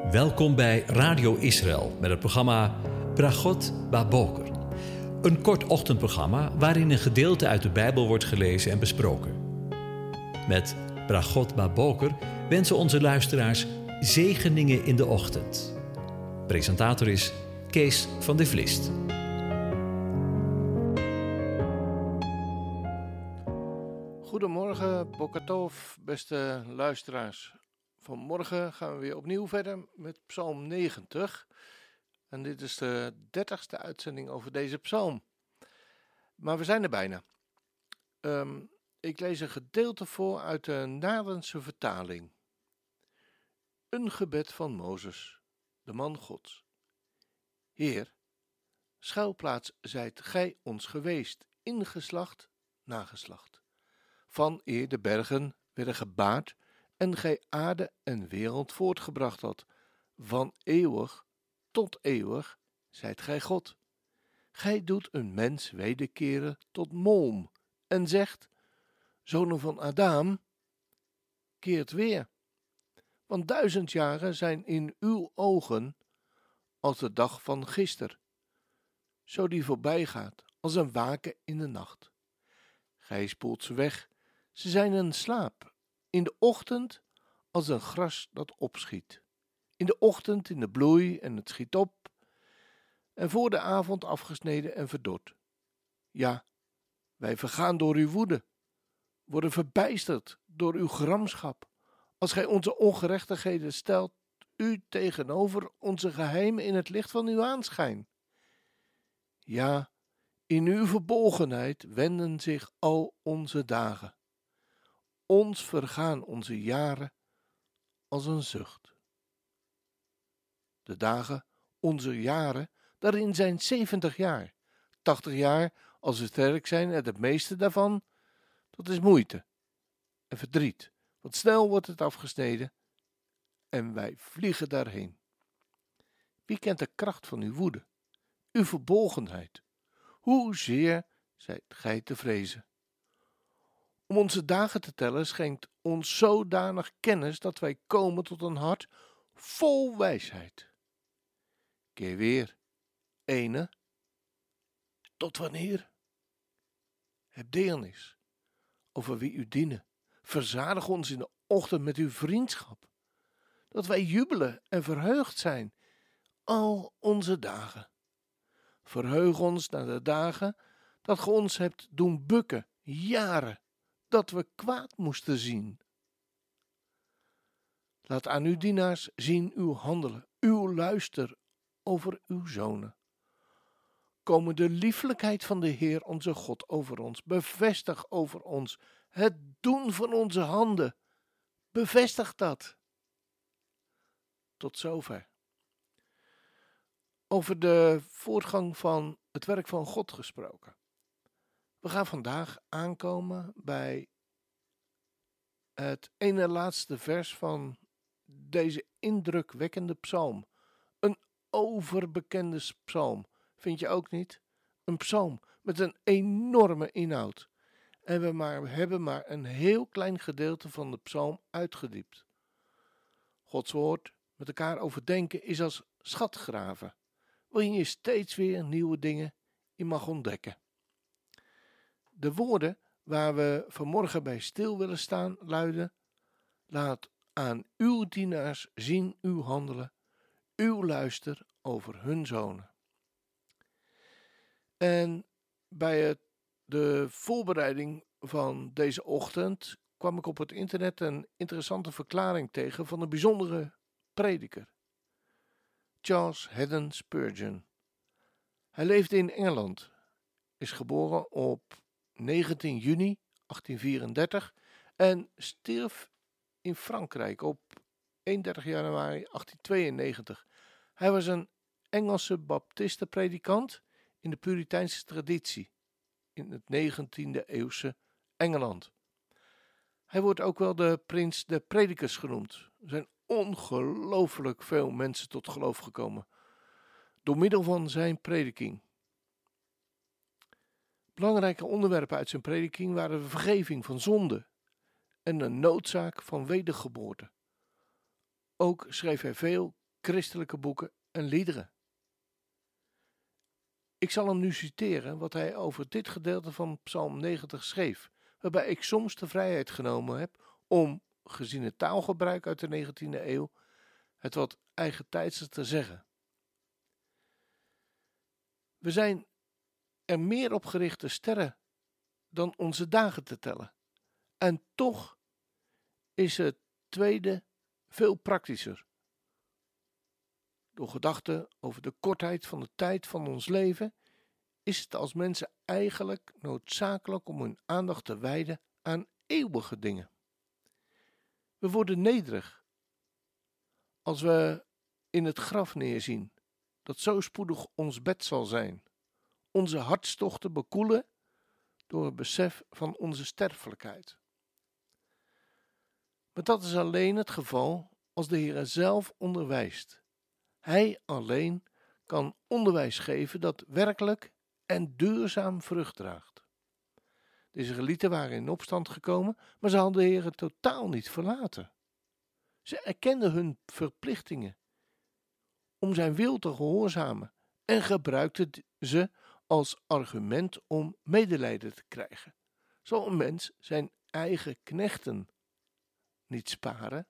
Welkom bij Radio Israël met het programma Bragot Baboker. Een kort ochtendprogramma waarin een gedeelte uit de Bijbel wordt gelezen en besproken. Met Bragot Baboker wensen onze luisteraars zegeningen in de ochtend. Presentator is Kees van de Vlist. Goedemorgen, Boker Tov, beste luisteraars. Vanmorgen gaan we weer opnieuw verder met Psalm 90. En dit is de 30ste uitzending over deze psalm. Maar we zijn er bijna. Ik lees een gedeelte voor uit de Naardense vertaling. Een gebed van Mozes, de man Gods. Heer, schuilplaats zijt gij ons geweest, in geslacht na geslacht. Van eer de bergen werden gebaard en gij aarde en wereld voortgebracht had. Van eeuwig tot eeuwig zijt gij God. Gij doet een mens wederkeren tot molm en zegt, zonen van Adam, keert weer. Want 1000 jaren zijn in uw ogen als de dag van gister, zo die voorbij gaat als een waken in de nacht. Gij spoelt ze weg, ze zijn een slaap. In de ochtend als een gras dat opschiet. In de ochtend in de bloei en het schiet op. En voor de avond afgesneden en verdord. Ja, wij vergaan door uw woede. Worden verbijsterd door uw gramschap. Als gij onze ongerechtigheden stelt u tegenover onze geheimen in het licht van uw aanschijn. Ja, in uw verbolgenheid wenden zich al onze dagen. Ons vergaan onze jaren als een zucht. De dagen, onze jaren, daarin zijn 70 jaar. 80 jaar, als we sterk zijn, en het meeste daarvan, dat is moeite en verdriet. Want snel wordt het afgesneden en wij vliegen daarheen. Wie kent de kracht van uw woede, uw verbolgenheid? Hoezeer zijt gij te vrezen? Om onze dagen te tellen schenkt ons zodanig kennis dat wij komen tot een hart vol wijsheid. Keer weer, ene, tot wanneer? Heb deernis over wie u dienen. Verzadig ons in de ochtend met uw vriendschap, dat wij jubelen en verheugd zijn al onze dagen. Verheug ons naar de dagen dat ge ons hebt doen bukken, jaren, dat we kwaad moesten zien. Laat aan uw dienaars zien uw handelen, uw luister over uw zonen. Komen de lieflijkheid van de Heer onze God over ons, bevestig over ons het doen van onze handen, bevestig dat. Tot zover. Over de voortgang van het werk van God gesproken. We gaan vandaag aankomen bij het ene laatste vers van deze indrukwekkende psalm. Een overbekende psalm, vind je ook niet? Een psalm met een enorme inhoud. En we hebben maar een heel klein gedeelte van de psalm uitgediept. Gods woord met elkaar overdenken is als schatgraven, waarin je steeds weer nieuwe dingen in mag ontdekken. De woorden waar we vanmorgen bij stil willen staan luiden: laat aan uw dienaars zien uw handelen, uw luister over hun zonen. En bij de voorbereiding van deze ochtend kwam ik op het internet een interessante verklaring tegen van een bijzondere prediker. Charles Haddon Spurgeon. Hij leefde in Engeland, is geboren op 19 juni 1834 en stierf in Frankrijk op 31 januari 1892. Hij was een Engelse baptistenpredikant in de Puriteinse traditie in het 19e eeuwse Engeland. Hij wordt ook wel de prins der predikers genoemd. Er zijn ongelooflijk veel mensen tot geloof gekomen door middel van zijn prediking. Belangrijke onderwerpen uit zijn prediking waren de vergeving van zonde en de noodzaak van wedergeboorte. Ook schreef hij veel christelijke boeken en liederen. Ik zal hem nu citeren wat hij over dit gedeelte van Psalm 90 schreef, waarbij ik soms de vrijheid genomen heb om, gezien het taalgebruik uit de 19e eeuw, het wat eigentijdse te zeggen. We zijn er meer op gericht de sterren dan onze dagen te tellen. En toch is het tweede veel praktischer. Door gedachten over de kortheid van de tijd van ons leven is het als mensen eigenlijk noodzakelijk om hun aandacht te wijden aan eeuwige dingen. We worden nederig als we in het graf neerzien, dat zo spoedig ons bed zal zijn, onze hartstochten bekoelen door het besef van onze sterfelijkheid. Maar dat is alleen het geval als de Heer zelf onderwijst. Hij alleen kan onderwijs geven dat werkelijk en duurzaam vrucht draagt. De Israëlieten waren in opstand gekomen, maar ze hadden de Heer totaal niet verlaten. Ze erkenden hun verplichtingen om zijn wil te gehoorzamen en gebruikten ze als argument om medelijden te krijgen. Zal een mens zijn eigen knechten niet sparen?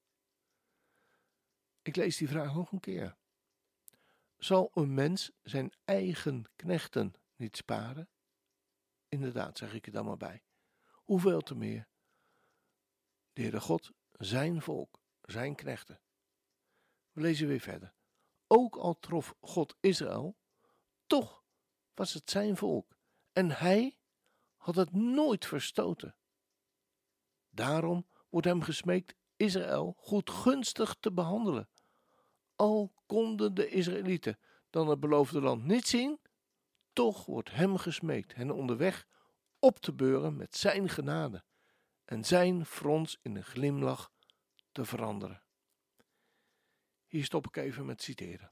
Ik lees die vraag nog een keer. Zal een mens zijn eigen knechten niet sparen? Inderdaad, zeg ik er dan maar bij. Hoeveel te meer? De Heere God, zijn volk, zijn knechten. We lezen weer verder. Ook al trof God Israël, toch was het zijn volk en hij had het nooit verstoten. Daarom wordt hem gesmeekt Israël goedgunstig te behandelen. Al konden de Israëlieten dan het beloofde land niet zien, toch wordt hem gesmeekt hen onderweg op te beuren met zijn genade en zijn frons in een glimlach te veranderen. Hier stop ik even met citeren.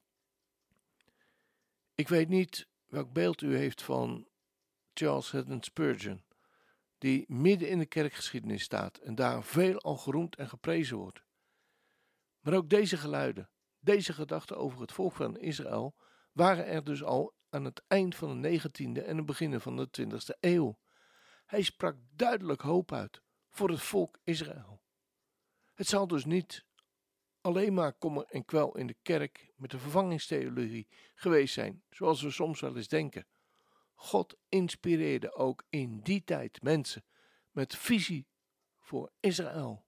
Ik weet niet welk beeld u heeft van Charles Haddon Spurgeon, die midden in de kerkgeschiedenis staat en daar veelal geroemd en geprezen wordt. Maar ook deze geluiden, deze gedachten over het volk van Israël, waren er dus al aan het eind van de 19e en het begin van de 20e eeuw. Hij sprak duidelijk hoop uit voor het volk Israël. Het zal dus niet alleen maar kommer en kwel in de kerk met de vervangingstheologie geweest zijn, zoals we soms wel eens denken. God inspireerde ook in die tijd mensen met visie voor Israël.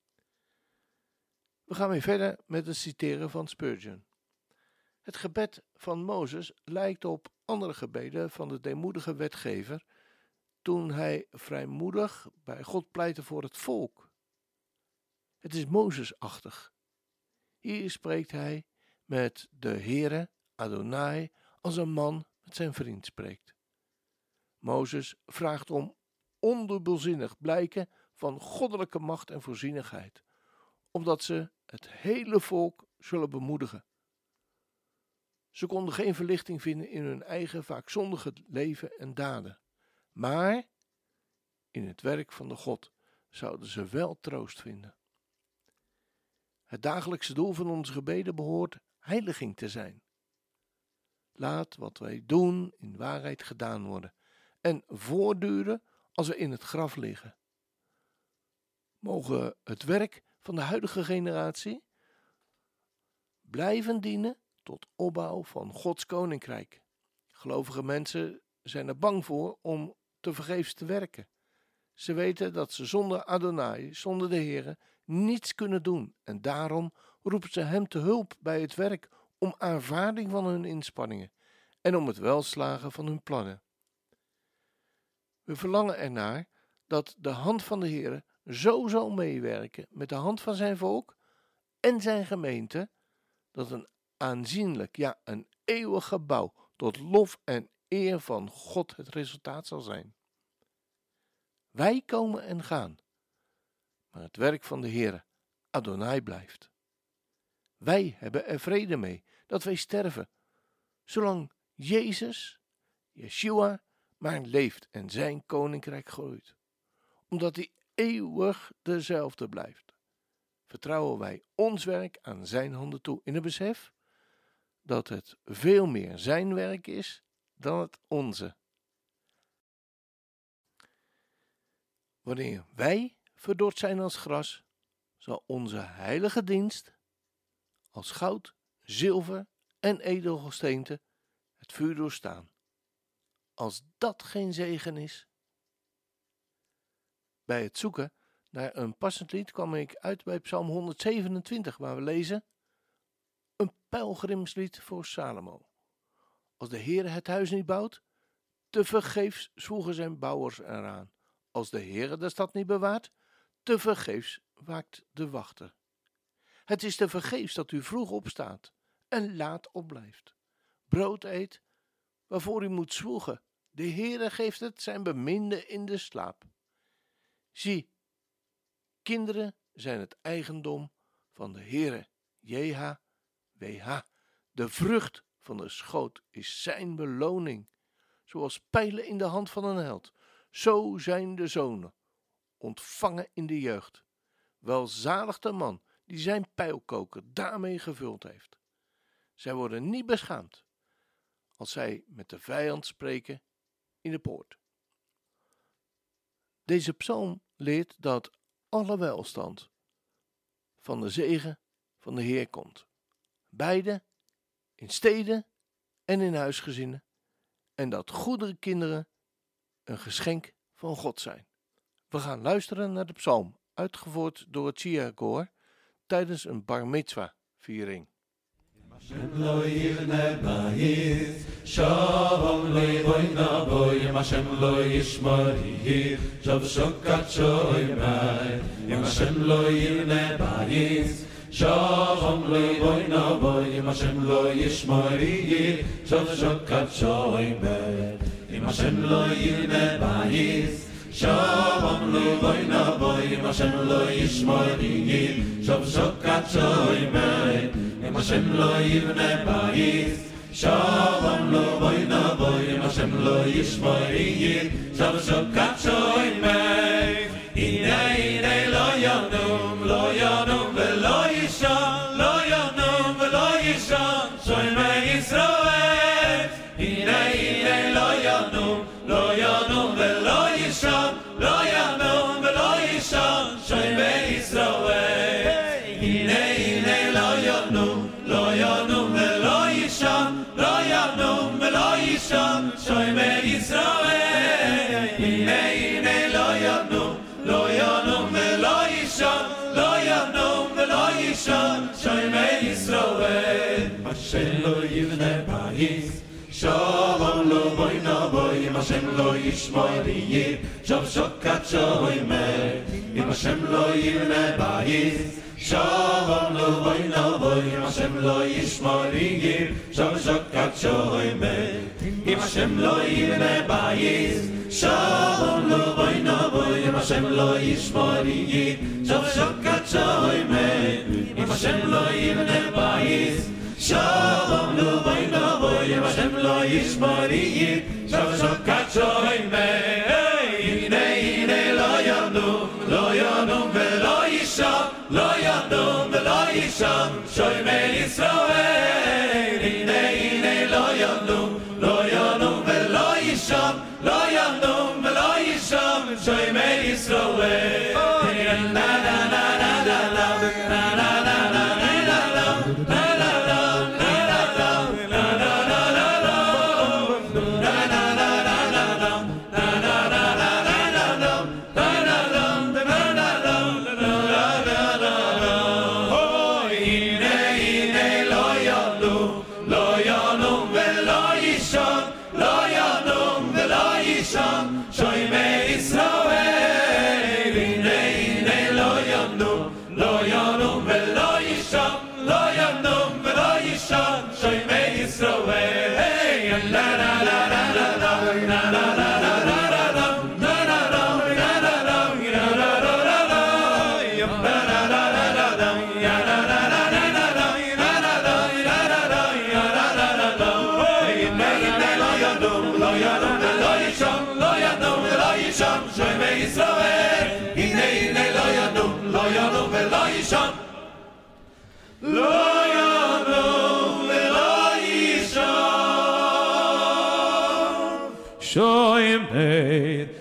We gaan weer verder met het citeren van Spurgeon. Het gebed van Mozes lijkt op andere gebeden van de deemoedige wetgever toen hij vrijmoedig bij God pleitte voor het volk. Het is Mozesachtig. Hier spreekt hij met de Heere, Adonai, als een man met zijn vriend spreekt. Mozes vraagt om ondubbelzinnig blijken van goddelijke macht en voorzienigheid, omdat ze het hele volk zullen bemoedigen. Ze konden geen verlichting vinden in hun eigen vaak zondige leven en daden, maar in het werk van de God zouden ze wel troost vinden. Het dagelijkse doel van onze gebeden behoort heiliging te zijn. Laat wat wij doen in waarheid gedaan worden en voortduren als we in het graf liggen. Mogen het werk van de huidige generatie blijven dienen tot opbouw van Gods koninkrijk. Gelovige mensen zijn er bang voor om tevergeefs te werken. Ze weten dat ze zonder Adonai, zonder de Heere, niets kunnen doen en daarom roepen ze hem te hulp bij het werk om aanvaarding van hun inspanningen en om het welslagen van hun plannen. We verlangen ernaar dat de hand van de Heere zo zal meewerken met de hand van zijn volk en zijn gemeente, dat een aanzienlijk, ja een eeuwig gebouw tot lof en eer van God het resultaat zal zijn. Wij komen en gaan, maar het werk van de Heere, Adonai, blijft. Wij hebben er vrede mee dat wij sterven, zolang Jezus, Yeshua, maar leeft en zijn koninkrijk groeit, omdat hij eeuwig dezelfde blijft. vertrouwen wij ons werk aan zijn handen toe in het besef dat het veel meer zijn werk is dan het onze. Wanneer wij verdord zijn als gras, zal onze heilige dienst als goud, zilver en edelgesteente het vuur doorstaan. Als dat geen zegen is. Bij het zoeken naar een passend lied kwam ik uit bij Psalm 127, waar we lezen: een pelgrimslied voor Salomo. Als de Heere het huis niet bouwt, tevergeefs zwoegen zijn bouwers eraan. Als de Heere de stad niet bewaart, tevergeefs waakt de wachter. Het is tevergeefs dat u vroeg opstaat en laat opblijft. Brood eet, waarvoor u moet zwoegen. De Heere geeft het zijn beminde in de slaap. Zie, kinderen zijn het eigendom van de Heere, JHWH. De vrucht van de schoot is zijn beloning. Zoals pijlen in de hand van een held, zo zijn de zonen, ontvangen in de jeugd. Welzalig de man die zijn pijlkoker daarmee gevuld heeft. Zij worden niet beschaamd als zij met de vijand spreken in de poort. Deze psalm leert dat alle welstand van de zegen van de Heer komt. Beide in steden en in huisgezinnen. En dat goede kinderen een geschenk van God zijn. We gaan luisteren naar de psalm, uitgevoerd door het Chia-koor tijdens een bar mitzwa viering. Hashem lo yivne bayis, shalom lo yivoyna boy. Hashem lo yishmori, shav shokat shoymai. Hashem lo yivne bayis, shalom lo yivoyna boy. Hashem lo yishmori, shav shokat shoymai. Hashem lo yivne bayis, shalom lo yivoyna boy. Hashem lo yishmori, shav shokat shoymai. Hashem lo yivne bayis, shalom lo boyna boy. Hashem lo yishmori, shav shokat shoymei. Ine lo yanum velo yishon, lo yanum velo yishon, shoymei Yisroel. Ine lo yanum velo yishon, lo yanum velo yishon, shoymei Yisroel. Ine lo yanum velo yishon, lo yanum velo yishon, shoymei Yisroel. Ine lo yanum velo yishon, lo yanum velo yishon, shoymei Yisroel. Hashem lo yivne bayis, shalom lo boyna boy. Hashem lo yishmori, shav shokat shoymei. Hashem lo yivne bayis, shalom lo boyna boy. Hashem lo yishmori, shav shokat shoymei. Hashem lo yivne bayis, shalom lo boyna boy. Hashem lo yishmori, shav shokat shoymei. Hashem lo yivne bayis, shalom lo boyna boy. Hashem lo yishmori, shav shokat shoymei. Ine lo yanum velo yishon, lo yanum velo yishon, shoymei Yisroel. Ine lo yanum velo yishon, lo yanum velo yishon, shoymei Yisroel. Na na na na na na na na na na Shoymei Yisroel, ine lo yanum velo yishon. yisham lo yanum velo yisham shoyim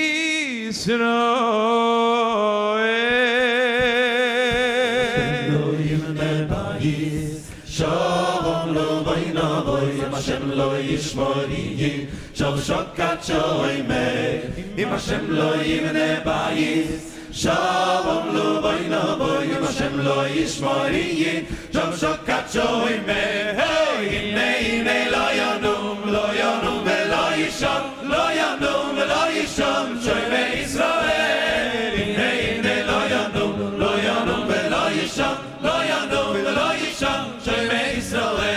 Yisrael Shalom lo bayna boy Hashem lo yishmori Shav shokat shoyme Im Hashem lo yimne bayis Shalom lo bayna boy Hashem lo yishmori Shav shokat shoyme Hine lo yanum velo yisham Lo yanum velo yisham shoyme Israel Hine lo yanum velo yisham Lo yanum velo yisham shoyme Israel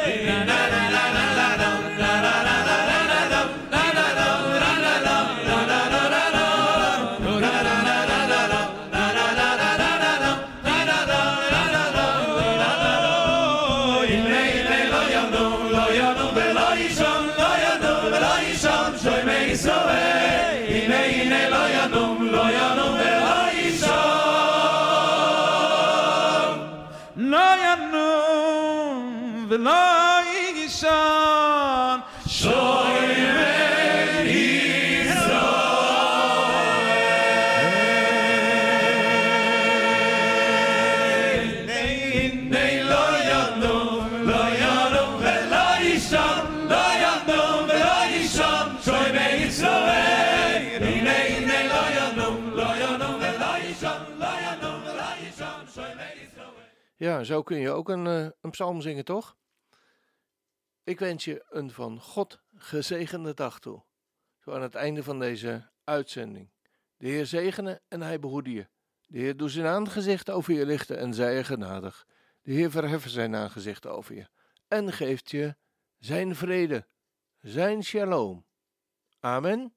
Ja, zo kun je ook een psalm zingen, toch? Ik wens je een van God gezegende dag toe. Zo aan het einde van deze uitzending. De Heer zegene en hij behoede je. De Heer doet zijn aangezicht over je lichten en zij je genadig. De Heer verheffen zijn aangezicht over je en geeft je zijn vrede, zijn shalom. Amen.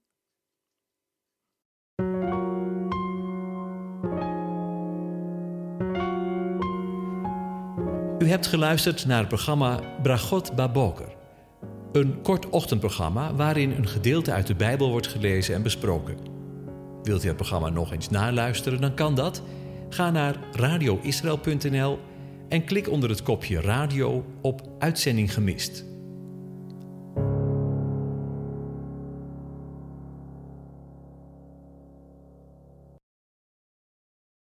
U hebt geluisterd naar het programma Bragot Baboker. Een kort ochtendprogramma waarin een gedeelte uit de Bijbel wordt gelezen en besproken. Wilt u het programma nog eens naluisteren, dan kan dat. Ga naar radioisrael.nl en klik onder het kopje radio op Uitzending gemist.